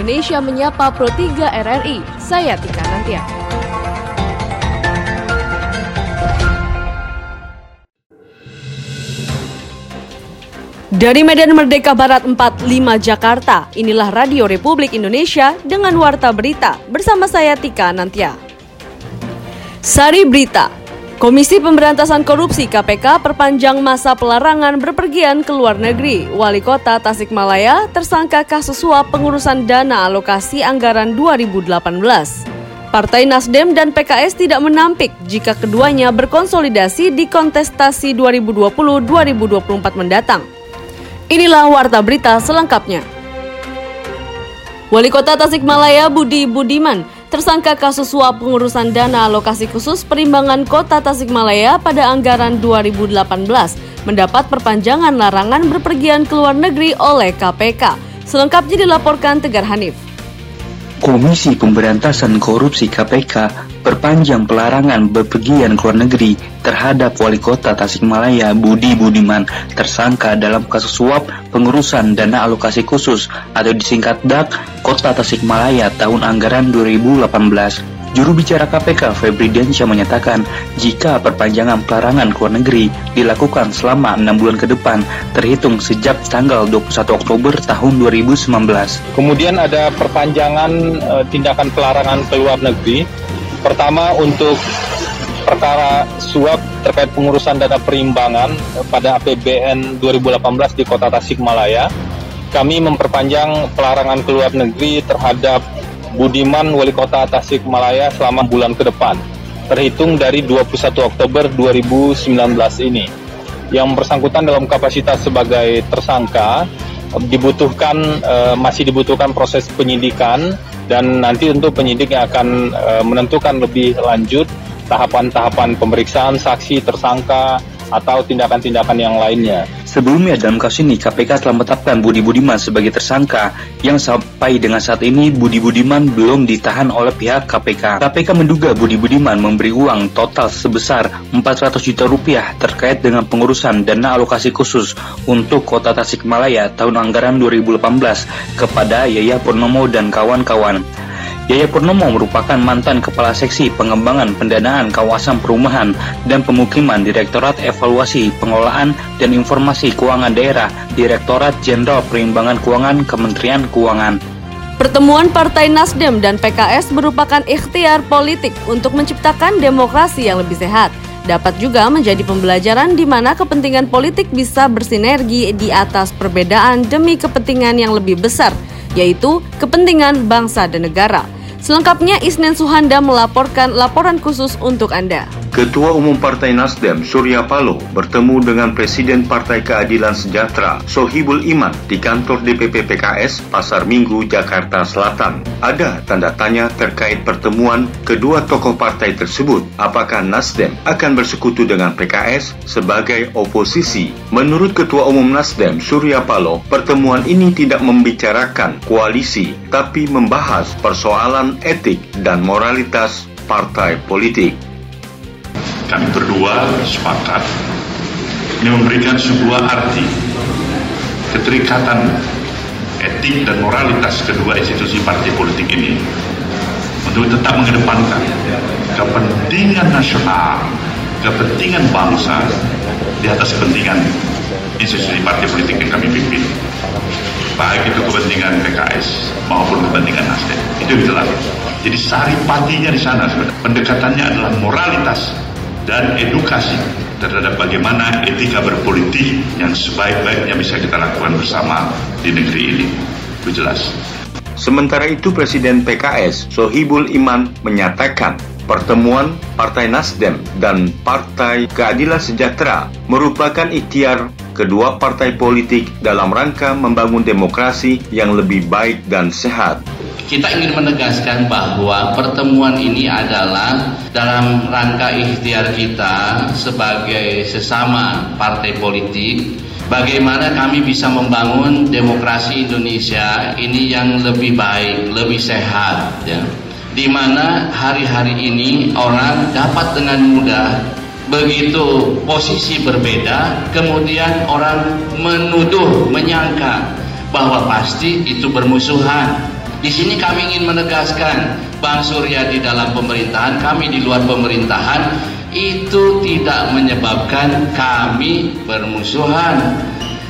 Indonesia Menyapa Pro 3 RRI. Saya Tika Nantia. Dari Medan Merdeka Barat 45 Jakarta, inilah Radio Republik Indonesia dengan Warta Berita bersama saya Tika Nantia. Sari Berita, Komisi Pemberantasan Korupsi KPK perpanjang masa pelarangan berpergian ke luar negeri. Wali Kota Tasikmalaya tersangka kasus suap pengurusan dana alokasi anggaran 2018. Partai Nasdem dan PKS tidak menampik jika keduanya berkonsolidasi di kontestasi 2020-2024 mendatang. Inilah Warta Berita selengkapnya. Wali Kota Tasikmalaya Budi Budiman tersangka kasus suap pengurusan dana alokasi khusus perimbangan Kota Tasikmalaya pada anggaran 2018 mendapat perpanjangan larangan berpergian ke luar negeri oleh KPK. Selengkapnya dilaporkan Tegar Hanif. Komisi Pemberantasan Korupsi KPK perpanjang pelarangan bepergian ke luar negeri terhadap Wali Kota Tasikmalaya Budi Budiman tersangka dalam kasus suap pengurusan dana alokasi khusus atau disingkat DAK Kota Tasikmalaya tahun anggaran 2018. Juru bicara KPK Febri Diansyah menyatakan jika perpanjangan pelarangan ke luar negeri dilakukan selama 6 bulan ke depan terhitung sejak tanggal 21 Oktober tahun 2019. Kemudian ada perpanjangan tindakan pelarangan ke luar negeri. Pertama untuk perkara suap terkait pengurusan dana perimbangan pada APBN 2018 di Kota Tasikmalaya. Kami memperpanjang pelarangan ke luar negeri terhadap Budiman Wali Kota Tasikmalaya selama bulan ke depan, terhitung dari 21 Oktober 2019 ini. Yang bersangkutan dalam kapasitas sebagai tersangka masih dibutuhkan proses penyidikan dan nanti untuk penyidik yang akan menentukan lebih lanjut tahapan-tahapan pemeriksaan saksi tersangka atau tindakan-tindakan yang lainnya. Sebelumnya dalam kasus ini KPK telah menetapkan Budi Budiman sebagai tersangka yang sampai dengan saat ini Budi Budiman belum ditahan oleh pihak KPK. KPK menduga Budi Budiman memberi uang total sebesar 400 juta rupiah terkait dengan pengurusan dana alokasi khusus untuk Kota Tasikmalaya tahun anggaran 2018 kepada Yaya Purnomo dan kawan-kawan. Yaya Purnomo merupakan mantan Kepala Seksi Pengembangan Pendanaan Kawasan Perumahan dan Pemukiman Direktorat Evaluasi Pengelolaan dan Informasi Keuangan Daerah Direktorat Jenderal Perimbangan Keuangan Kementerian Keuangan. Pertemuan Partai Nasdem dan PKS merupakan ikhtiar politik untuk menciptakan demokrasi yang lebih sehat. Dapat juga menjadi pembelajaran di mana kepentingan politik bisa bersinergi di atas perbedaan demi kepentingan yang lebih besar, yaitu kepentingan bangsa dan negara. Selengkapnya Isnin Suhanda melaporkan laporan khusus untuk Anda. Ketua Umum Partai Nasdem Surya Paloh bertemu dengan Presiden Partai Keadilan Sejahtera Sohibul Iman di kantor DPP PKS Pasar Minggu, Jakarta Selatan. Ada tanda tanya terkait pertemuan kedua tokoh partai tersebut. Apakah Nasdem akan bersekutu dengan PKS sebagai oposisi? Menurut Ketua Umum Nasdem Surya Paloh, pertemuan ini tidak membicarakan koalisi, tapi membahas persoalan etik dan moralitas partai politik. Kami berdua sepakat ini memberikan sebuah arti keterikatan etik dan moralitas kedua institusi partai politik ini untuk tetap mengedepankan kepentingan nasional, kepentingan bangsa di atas kepentingan institusi partai politik yang kami pimpin, baik itu kepentingan PKS maupun kepentingan Nasdem. Itu jelas. Jadi saripatinya di sana sebenarnya. Pendekatannya adalah moralitas dan edukasi terhadap bagaimana etika berpolitik yang sebaik-baiknya bisa kita lakukan bersama di negeri ini. Itu jelas. Sementara itu Presiden PKS Sohibul Iman menyatakan pertemuan Partai Nasdem dan Partai Keadilan Sejahtera merupakan ikhtiar kedua partai politik dalam rangka membangun demokrasi yang lebih baik dan sehat. Kita ingin menegaskan bahwa pertemuan ini adalah dalam rangka ikhtiar kita sebagai sesama partai politik, bagaimana kami bisa membangun demokrasi Indonesia ini yang lebih baik, lebih sehat, ya. Di mana hari-hari ini orang dapat dengan mudah begitu posisi berbeda, kemudian orang menuduh, menyangka bahwa pasti itu bermusuhan. Di sini kami ingin menegaskan, Bang Surya di dalam pemerintahan, kami di luar pemerintahan, itu tidak menyebabkan kami bermusuhan,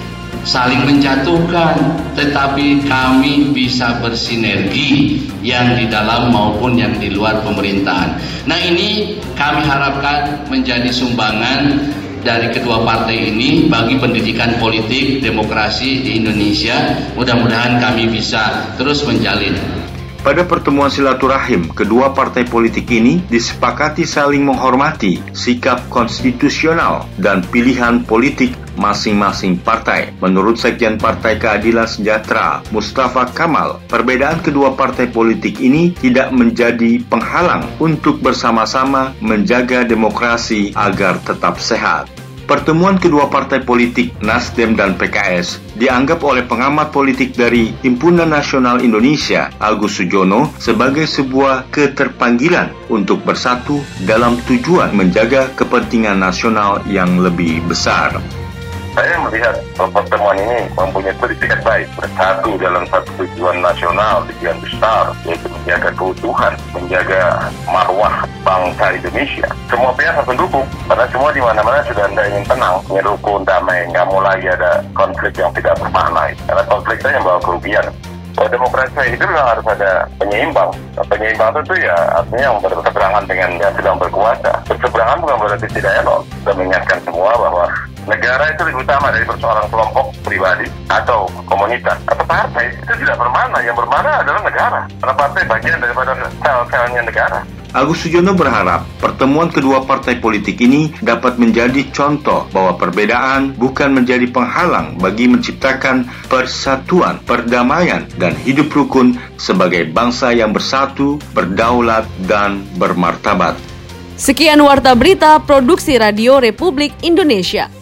saling menjatuhkan, tetapi kami bisa bersinergi yang di dalam maupun yang di luar pemerintahan. Nah, ini kami harapkan menjadi sumbangan dari kedua partai ini bagi pendidikan politik demokrasi di Indonesia. Mudah-mudahan kami bisa terus menjalin. Pada pertemuan silaturahim, kedua partai politik ini disepakati saling menghormati sikap konstitusional dan pilihan politik masing-masing partai. Menurut Sekjen Partai Keadilan Sejahtera, Mustafa Kamal, perbedaan kedua partai politik ini tidak menjadi penghalang untuk bersama-sama menjaga demokrasi agar tetap sehat. Pertemuan kedua partai politik Nasdem dan PKS dianggap oleh pengamat politik dari Himpunan Nasional Indonesia, Agus Sujono, sebagai sebuah keterpanggilan untuk bersatu dalam tujuan menjaga kepentingan nasional yang lebih besar. Saya melihat pertemuan ini mempunyai predikat baik, bersatu dalam satu tujuan nasional, tujuan besar, yaitu menjaga keutuhan, menjaga marwah bangsa Indonesia. Semua pihak harus mendukung, karena semua di mana-mana sudah ingin tenang, ingin rukun, damai, nggak mau lagi ada konflik yang tidak bermakna. Karena konflik itu yang bawa kerugian. Kalau demokrasi itu memang harus ada penyeimbang. Nah, penyeimbang itu ya artinya yang berseberangan dengan yang sedang berkuasa. Berseberangan bukan berarti tidak elok. Kita mengingatkan semua bahwa negara itu lebih utama dari persoalan kelompok pribadi atau komunitas atau partai. Itu tidak bermakna. Yang bermakna adalah negara. Karena partai bagian daripada sel-selnya negara. Agus Sujono berharap pertemuan kedua partai politik ini dapat menjadi contoh bahwa perbedaan bukan menjadi penghalang bagi menciptakan persatuan, perdamaian, dan hidup rukun sebagai bangsa yang bersatu, berdaulat, dan bermartabat. Sekian Warta Berita Produksi Radio Republik Indonesia.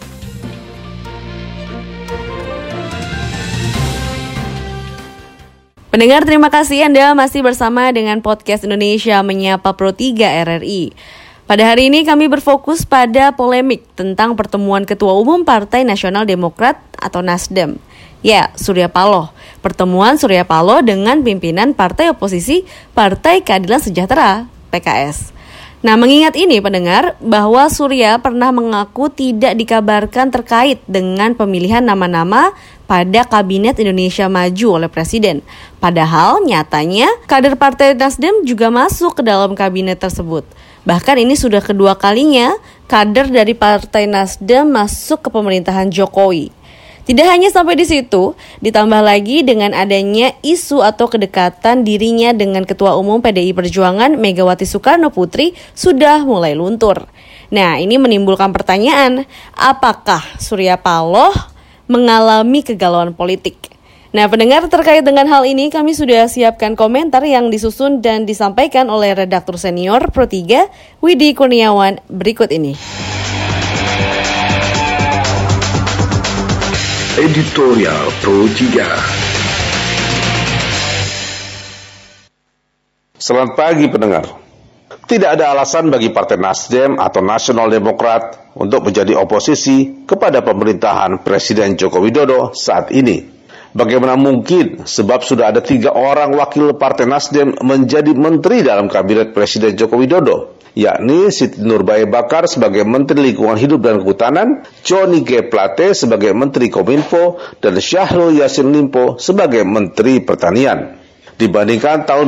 Pendengar, terima kasih Anda masih bersama dengan Podcast Indonesia Menyapa Pro 3 RRI. Pada hari ini kami berfokus pada polemik tentang pertemuan Ketua Umum Partai Nasional Demokrat atau Nasdem. Ya, Surya Paloh. Pertemuan Surya Paloh dengan pimpinan Partai Oposisi Partai Keadilan Sejahtera, PKS. Nah, mengingat ini pendengar, bahwa Surya pernah mengaku tidak dikabarkan terkait dengan pemilihan nama-nama pada Kabinet Indonesia Maju oleh Presiden. Padahal nyatanya kader Partai Nasdem juga masuk ke dalam kabinet tersebut. Bahkan ini sudah kedua kalinya kader dari Partai Nasdem masuk ke pemerintahan Jokowi. Tidak hanya sampai di situ, ditambah lagi dengan adanya isu atau kedekatan dirinya dengan Ketua Umum PDI Perjuangan Megawati Soekarno Putri sudah mulai luntur. Nah, ini menimbulkan pertanyaan, apakah Surya Paloh mengalami kegalauan politik? Nah, pendengar, terkait dengan hal ini kami sudah siapkan komentar yang disusun dan disampaikan oleh redaktur senior Pro 3 Widi Kurniawan berikut ini. Editorial Pro 3. Selamat pagi pendengar. Tidak ada alasan bagi Partai Nasdem atau Nasional Demokrat untuk menjadi oposisi kepada pemerintahan Presiden Joko Widodo saat ini. Bagaimana mungkin? Sebab sudah ada 3 orang wakil Partai Nasdem menjadi menteri dalam kabinet Presiden Joko Widodo, yakni Siti Nurbaya Bakar sebagai Menteri Lingkungan Hidup dan Kehutanan, Johnny G. Plate sebagai Menteri Kominfo, dan Syahrul Yassin Limpo sebagai Menteri Pertanian. Dibandingkan tahun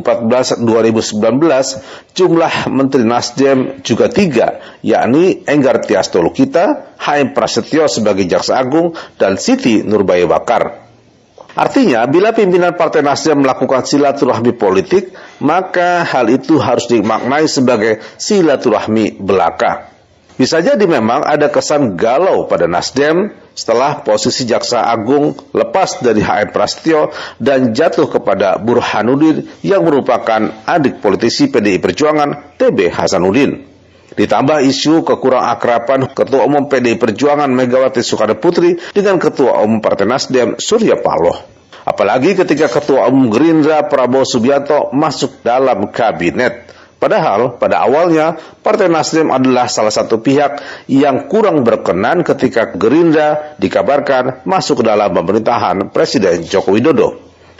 2014-2019, jumlah Menteri Nasdem juga 3, yakni Enggar Tias Tolukita, H.M. Prasetyo sebagai Jaksa Agung, dan Siti Nurbaya Bakar. Artinya, bila pimpinan Partai Nasdem melakukan silaturahmi politik, maka hal itu harus dimaknai sebagai silaturahmi belaka. Bisa jadi memang ada kesan galau pada Nasdem setelah posisi Jaksa Agung lepas dari H.M. Prasetyo dan jatuh kepada Burhanuddin yang merupakan adik politisi PDI Perjuangan TB Hasanuddin. Ditambah isu kekurang akraban Ketua Umum PDI Perjuangan Megawati Soekarno Putri dengan Ketua Umum Partai Nasdem Surya Paloh. Apalagi ketika Ketua Umum Gerindra Prabowo Subianto masuk dalam kabinet. Padahal pada awalnya Partai Nasdem adalah salah satu pihak yang kurang berkenan ketika Gerindra dikabarkan masuk ke dalam pemerintahan Presiden Joko Widodo.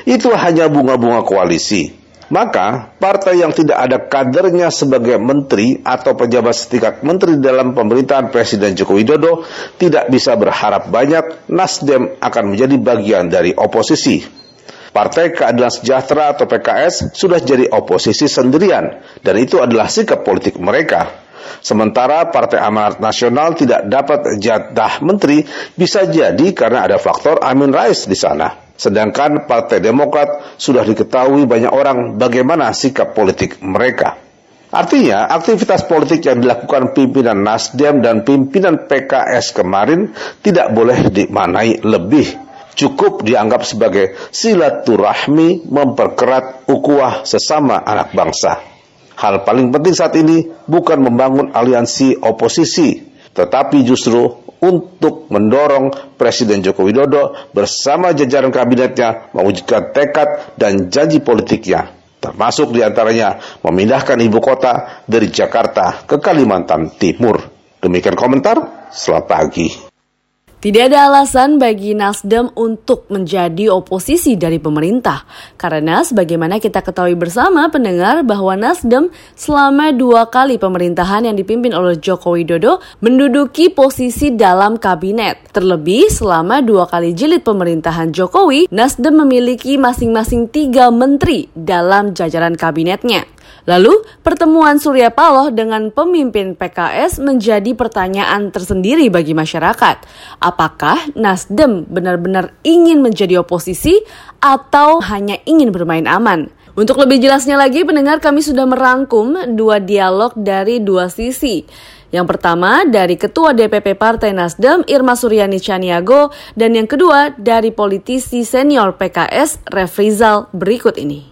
itu hanya bunga-bunga koalisi. Maka, partai yang tidak ada kadernya sebagai menteri atau pejabat setingkat menteri dalam pemerintahan Presiden Joko Widodo tidak bisa berharap banyak Nasdem akan menjadi bagian dari oposisi. Partai Keadilan Sejahtera atau PKS sudah jadi oposisi sendirian, dan itu adalah sikap politik mereka. Sementara Partai Amanat Nasional tidak dapat jatah menteri bisa jadi karena ada faktor Amin Rais di sana. Sedangkan Partai Demokrat sudah diketahui banyak orang bagaimana sikap politik mereka. Artinya, aktivitas politik yang dilakukan pimpinan Nasdem dan pimpinan PKS kemarin tidak boleh dimaknai lebih. Cukup dianggap sebagai silaturahmi memperkerat ukhuwah sesama anak bangsa. Hal paling penting saat ini bukan membangun aliansi oposisi, tetapi justru untuk mendorong Presiden Joko Widodo bersama jajaran kabinetnya mewujudkan tekad dan janji politiknya, termasuk diantaranya memindahkan ibu kota dari Jakarta ke Kalimantan Timur. Demikian komentar, selamat pagi. Tidak ada alasan bagi Nasdem untuk menjadi oposisi dari pemerintah. Karena sebagaimana kita ketahui bersama pendengar bahwa Nasdem selama 2 kali pemerintahan yang dipimpin oleh Joko Widodo menduduki posisi dalam kabinet. Terlebih selama 2 kali jilid pemerintahan Jokowi, Nasdem memiliki masing-masing 3 menteri dalam jajaran kabinetnya. Lalu, pertemuan Surya Paloh dengan pemimpin PKS menjadi pertanyaan tersendiri bagi masyarakat. Apakah Nasdem benar-benar ingin menjadi oposisi atau hanya ingin bermain aman? Untuk lebih jelasnya lagi, pendengar, kami sudah merangkum 2 dialog dari 2 sisi. Yang pertama dari Ketua DPP Partai Nasdem Irma Suryani Chaniago dan yang kedua dari politisi senior PKS Refrizal berikut ini.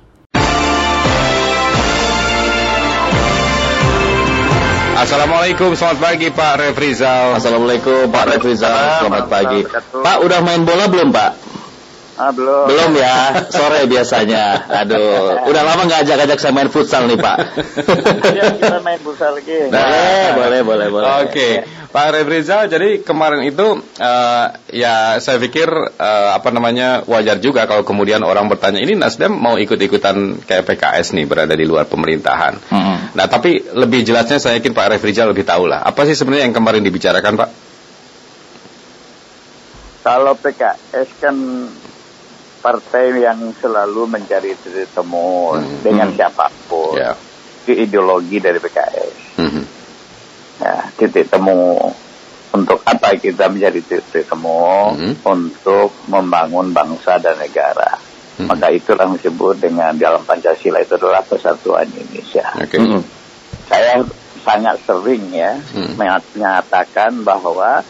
Assalamualaikum, selamat pagi Pak Refrizal. Assalamualaikum Pak Refrizal, selamat pagi. Pak, udah main bola belum Pak? Belum. Belum ya, sore biasanya. Aduh, udah lama nggak ajak-ajak saya main futsal nih Pak. Iya, kita main futsal lagi. Boleh. Oke. Pak Refrizal, jadi kemarin itu ya saya pikir wajar juga kalau kemudian orang bertanya, ini Nasdem mau ikut-ikutan kayak PKS nih berada di luar pemerintahan. Nah, tapi lebih jelasnya saya yakin Pak Refrizal lebih tahu lah. Apa sih sebenarnya yang kemarin dibicarakan, Pak? Kalau PKS kan partai yang selalu mencari titik temu dengan siapapun. Itu ideologi dari PKS. Ya, titik temu untuk apa kita menjadi titik temu untuk membangun bangsa dan negara. Maka itulah disebut dengan dalam Pancasila itu adalah persatuan Indonesia. Saya sangat sering menyatakan bahwa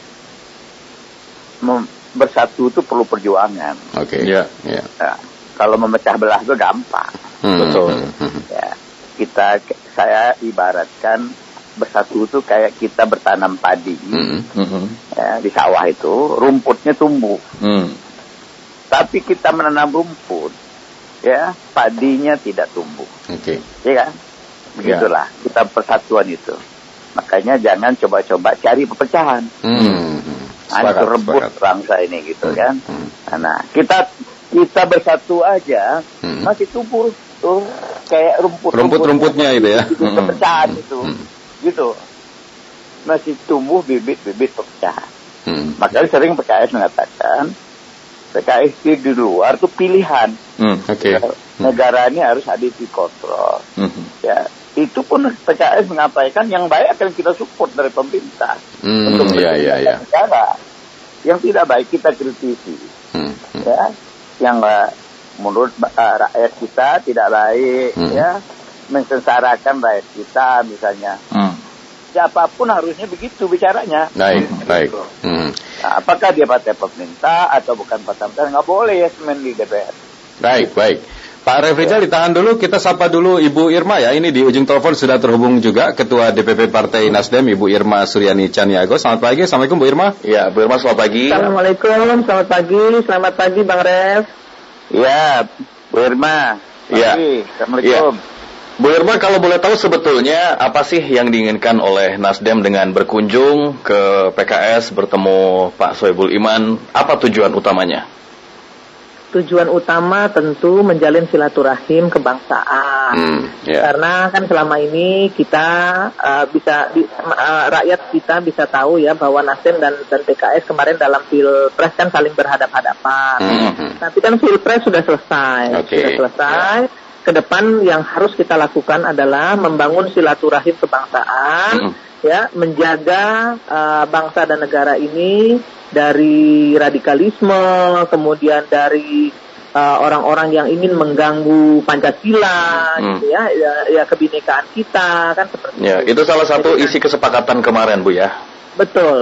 bersatu itu perlu perjuangan. Nah, kalau memecah belah itu gampang. Betul. Ya, saya ibaratkan bersatu itu kayak kita bertanam padi. Ya, di sawah itu rumputnya tumbuh. Tapi kita menanam rumput, ya padinya tidak tumbuh. Ya kan? Begitulah kita persatuan itu. Makanya jangan coba-coba cari perpecahan. Hancur rebut bangsa ini gitu kan. Nah, kita bersatu aja masih tumbuh tuh kayak rumputnya itu ya. Perpecahan itu. Gitu. Masih tumbuh bibit-bibit perpecahan. Makanya sering PKS mengatakan PKS di luar tuh pilihan. Negara ini harus ada dikontrol. Ya, itu pun PKS menyampaikan yang baik akan kita support dari pemerintah untuk negara. Yang tidak baik kita kritisi. Ya, yang menurut rakyat kita tidak baik, ya, mensensarakan rakyat kita misalnya. Siapapun harusnya begitu bicaranya. Baik. Nah, apakah dia partai pemerintah atau bukan partai pemerintah? Nggak boleh ya semen di DPR. Baik. Pak Refrizal ditahan dulu, kita sapa dulu Ibu Irma ya. Ini di ujung telepon sudah terhubung juga Ketua DPP Partai Nasdem Ibu Irma Suryani Chaniago. Selamat pagi, Assalamualaikum Bu Irma. Ya, Bu Irma selamat pagi. Assalamualaikum, selamat pagi Bang Ref. Ya, Bu Irma. Assalamualaikum. Bu Irma, kalau boleh tahu sebetulnya apa sih yang diinginkan oleh Nasdem dengan berkunjung ke PKS bertemu Pak Sohibul Iman? Apa tujuan utamanya? tujuan utama tentu menjalin silaturahim kebangsaan. Karena kan selama ini kita rakyat kita bisa tahu ya bahwa Nasdem dan PKS kemarin dalam Pilpres kan saling berhadap-hadapan. Tapi kan Pilpres sudah selesai. Ke depan yang harus kita lakukan adalah membangun silaturahim kebangsaan, ya, menjaga bangsa dan negara ini dari radikalisme, kemudian dari orang-orang yang ingin mengganggu Pancasila, gitu ya kebinekaan kita kan seperti itu. Itu salah satu isi kesepakatan kemarin, Bu ya. Betul.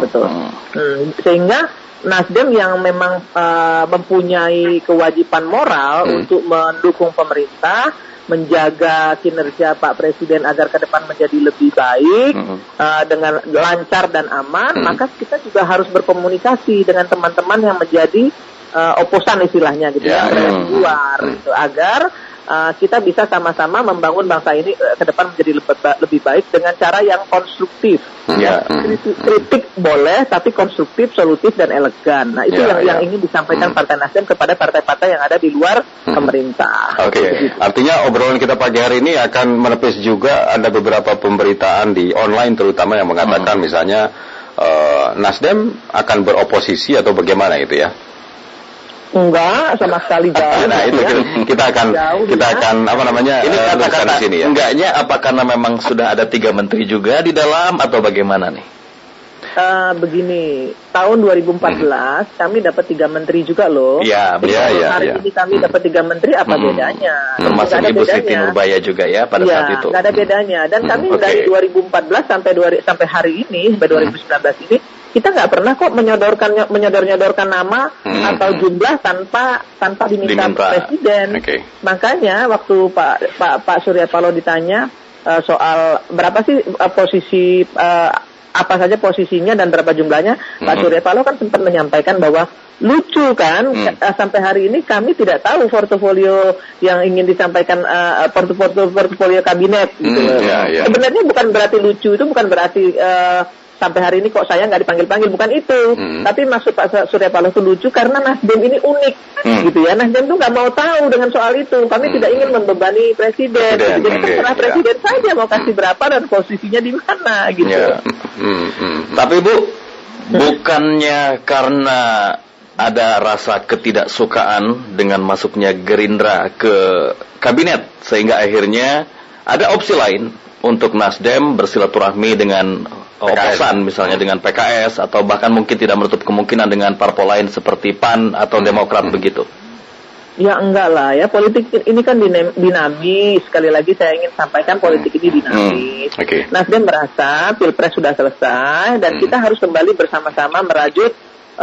Sehingga Nasdem yang memang mempunyai kewajiban moral untuk mendukung pemerintah, menjaga kinerja Pak Presiden agar ke depan menjadi lebih baik dengan lancar dan aman, maka kita juga harus berkomunikasi dengan teman-teman yang menjadi oposan istilahnya gitu ya, dari luar gitu, agar kita bisa sama-sama membangun bangsa ini ke depan menjadi lebih baik dengan cara yang konstruktif. Kritik boleh, tapi konstruktif, solutif, dan elegan. Nah, itu yang ingin disampaikan Partai Nasdem kepada partai-partai yang ada di luar pemerintah. Artinya obrolan kita pagi hari ini akan menepis juga ada beberapa pemberitaan di online terutama yang mengatakan misalnya Nasdem akan beroposisi atau bagaimana itu ya? Enggak, sama sekali jauh. Nah, itu kita akan apa namanya? Ini kata-kata di sini ya. Enggaknya apa karena memang sudah ada 3 menteri juga di dalam atau bagaimana nih? Begini, tahun 2014 kami dapat 3 menteri juga loh. Hari ini kami dapat 3 menteri, apa bedanya? Termasuk Ibu Siti Nurbaya juga ya pada saat itu. Nggak ada bedanya. Dan kami dari 2014 sampai hari ini, sampai 2019 ini, kita nggak pernah kok menyodorkan nama atau jumlah tanpa diminta presiden. Makanya waktu Pak Surya Paloh ditanya soal berapa sih posisi apa saja posisinya dan berapa jumlahnya, Pak Surya Paloh kan sempat menyampaikan bahwa lucu kan, sampai hari ini kami tidak tahu portofolio yang ingin disampaikan, portofolio kabinet gitu. Sebenarnya bukan berarti lucu, itu bukan berarti sampai hari ini kok saya nggak dipanggil-panggil, bukan itu. Tapi maksud Pak Surya Paloh itu lucu karena Nasdem ini unik, gitu ya. Nasdem tuh nggak mau tahu dengan soal itu. Kami tidak ingin membebani presiden. Jadi terserah presiden saja mau kasih berapa dan posisinya di mana, gitu. Tapi Bu, bukannya karena ada rasa ketidaksukaan dengan masuknya Gerindra ke kabinet sehingga akhirnya ada opsi lain untuk Nasdem bersilaturahmi dengan oposan, misalnya dengan PKS, atau bahkan mungkin tidak menutup kemungkinan dengan parpol lain seperti PAN atau Demokrat begitu? Ya enggak lah ya, politik ini kan dinamis. Sekali lagi saya ingin sampaikan politik ini dinamis. Nasdem merasa Pilpres sudah selesai dan kita harus kembali bersama-sama merajut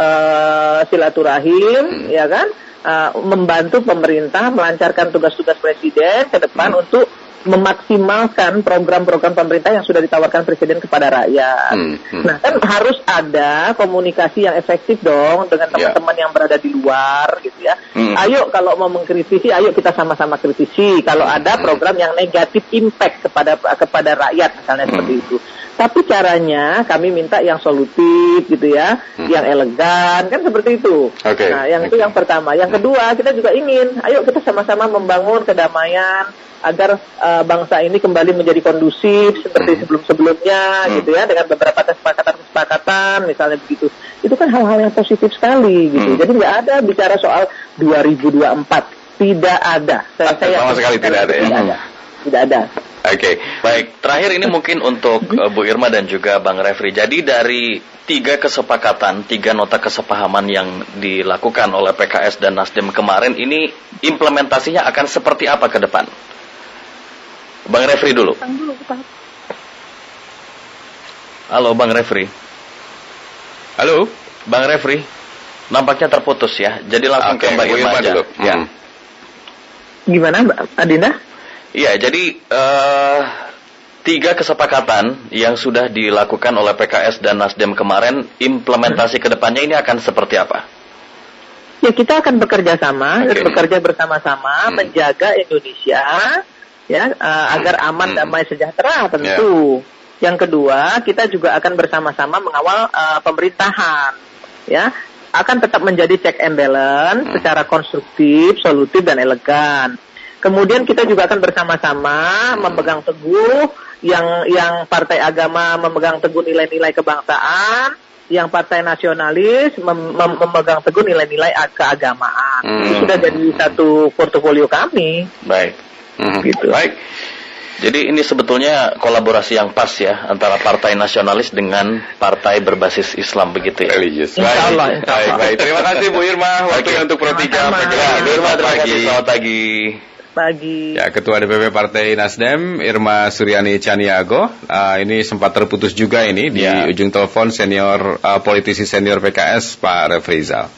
silaturahim, ya kan, membantu pemerintah melancarkan tugas-tugas presiden ke depan untuk memaksimalkan program-program pemerintah yang sudah ditawarkan presiden kepada rakyat. Nah, kan harus ada komunikasi yang efektif dong dengan teman-teman yang berada di luar, gitu ya. Ayo kalau mau mengkritisi, ayo kita sama-sama kritisi. Kalau ada program yang negatif impact kepada rakyat, misalnya seperti itu. Tapi caranya kami minta yang solutif, gitu ya, yang elegan, kan seperti itu. Nah, yang itu yang pertama. Yang kedua, kita juga ingin, ayo kita sama-sama membangun kedamaian agar bangsa ini kembali menjadi kondusif seperti sebelum-sebelumnya, gitu ya, dengan beberapa kesepakatan, misalnya begitu. Itu kan hal-hal yang positif sekali, gitu. Jadi nggak ada bicara soal 2024, tidak ada. Sama sekali tidak ada ya. Tidak ada. Baik. Terakhir ini mungkin untuk Bu Irma dan juga Bang Refri. Jadi dari 3 kesepakatan, 3 nota kesepahaman yang dilakukan oleh PKS dan Nasdem kemarin ini implementasinya akan seperti apa ke depan? Bang Refri dulu. Halo Bang Refri. Halo Bang Refri. Nampaknya terputus ya. Jadi langsung ke Mbak Irma aja. Ya. Gimana Mbak Adinda? Iya, jadi 3 kesepakatan yang sudah dilakukan oleh PKS dan Nasdem kemarin, implementasi ke depannya ini akan seperti apa? Ya, kita akan bekerja bersama-sama menjaga Indonesia ya, agar aman, damai, sejahtera tentu. Yang kedua, kita juga akan bersama-sama mengawal pemerintahan ya. akan tetap menjadi check and balance secara konstruktif, solutif, dan elegan. Kemudian kita juga akan bersama-sama memegang teguh yang partai agama memegang teguh nilai-nilai kebangsaan, yang partai nasionalis memegang teguh nilai-nilai keagamaan. Itu sudah jadi satu portofolio kami. Baik. Gitu. Baik. Jadi ini sebetulnya kolaborasi yang pas ya antara partai nasionalis dengan partai berbasis Islam begitu ya. Religius. Insyaallah. Baik. Terima kasih Bu Irma waktunya untuk Pro 3. Bu Irma, terima kasih. Selamat pagi. Ya, Ketua DPP Partai Nasdem Irma Suryani Caniago ini sempat terputus juga ini di ujung telepon senior politisi senior PKS Pak Refrizal.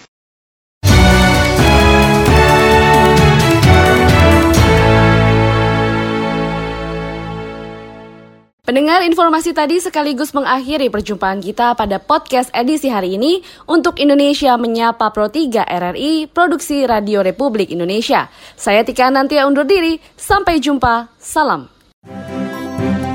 Pendengar, informasi tadi sekaligus mengakhiri perjumpaan kita pada podcast edisi hari ini untuk Indonesia Menyapa Pro 3 RRI, Produksi Radio Republik Indonesia. Saya Tika Nantia undur diri, sampai jumpa, salam.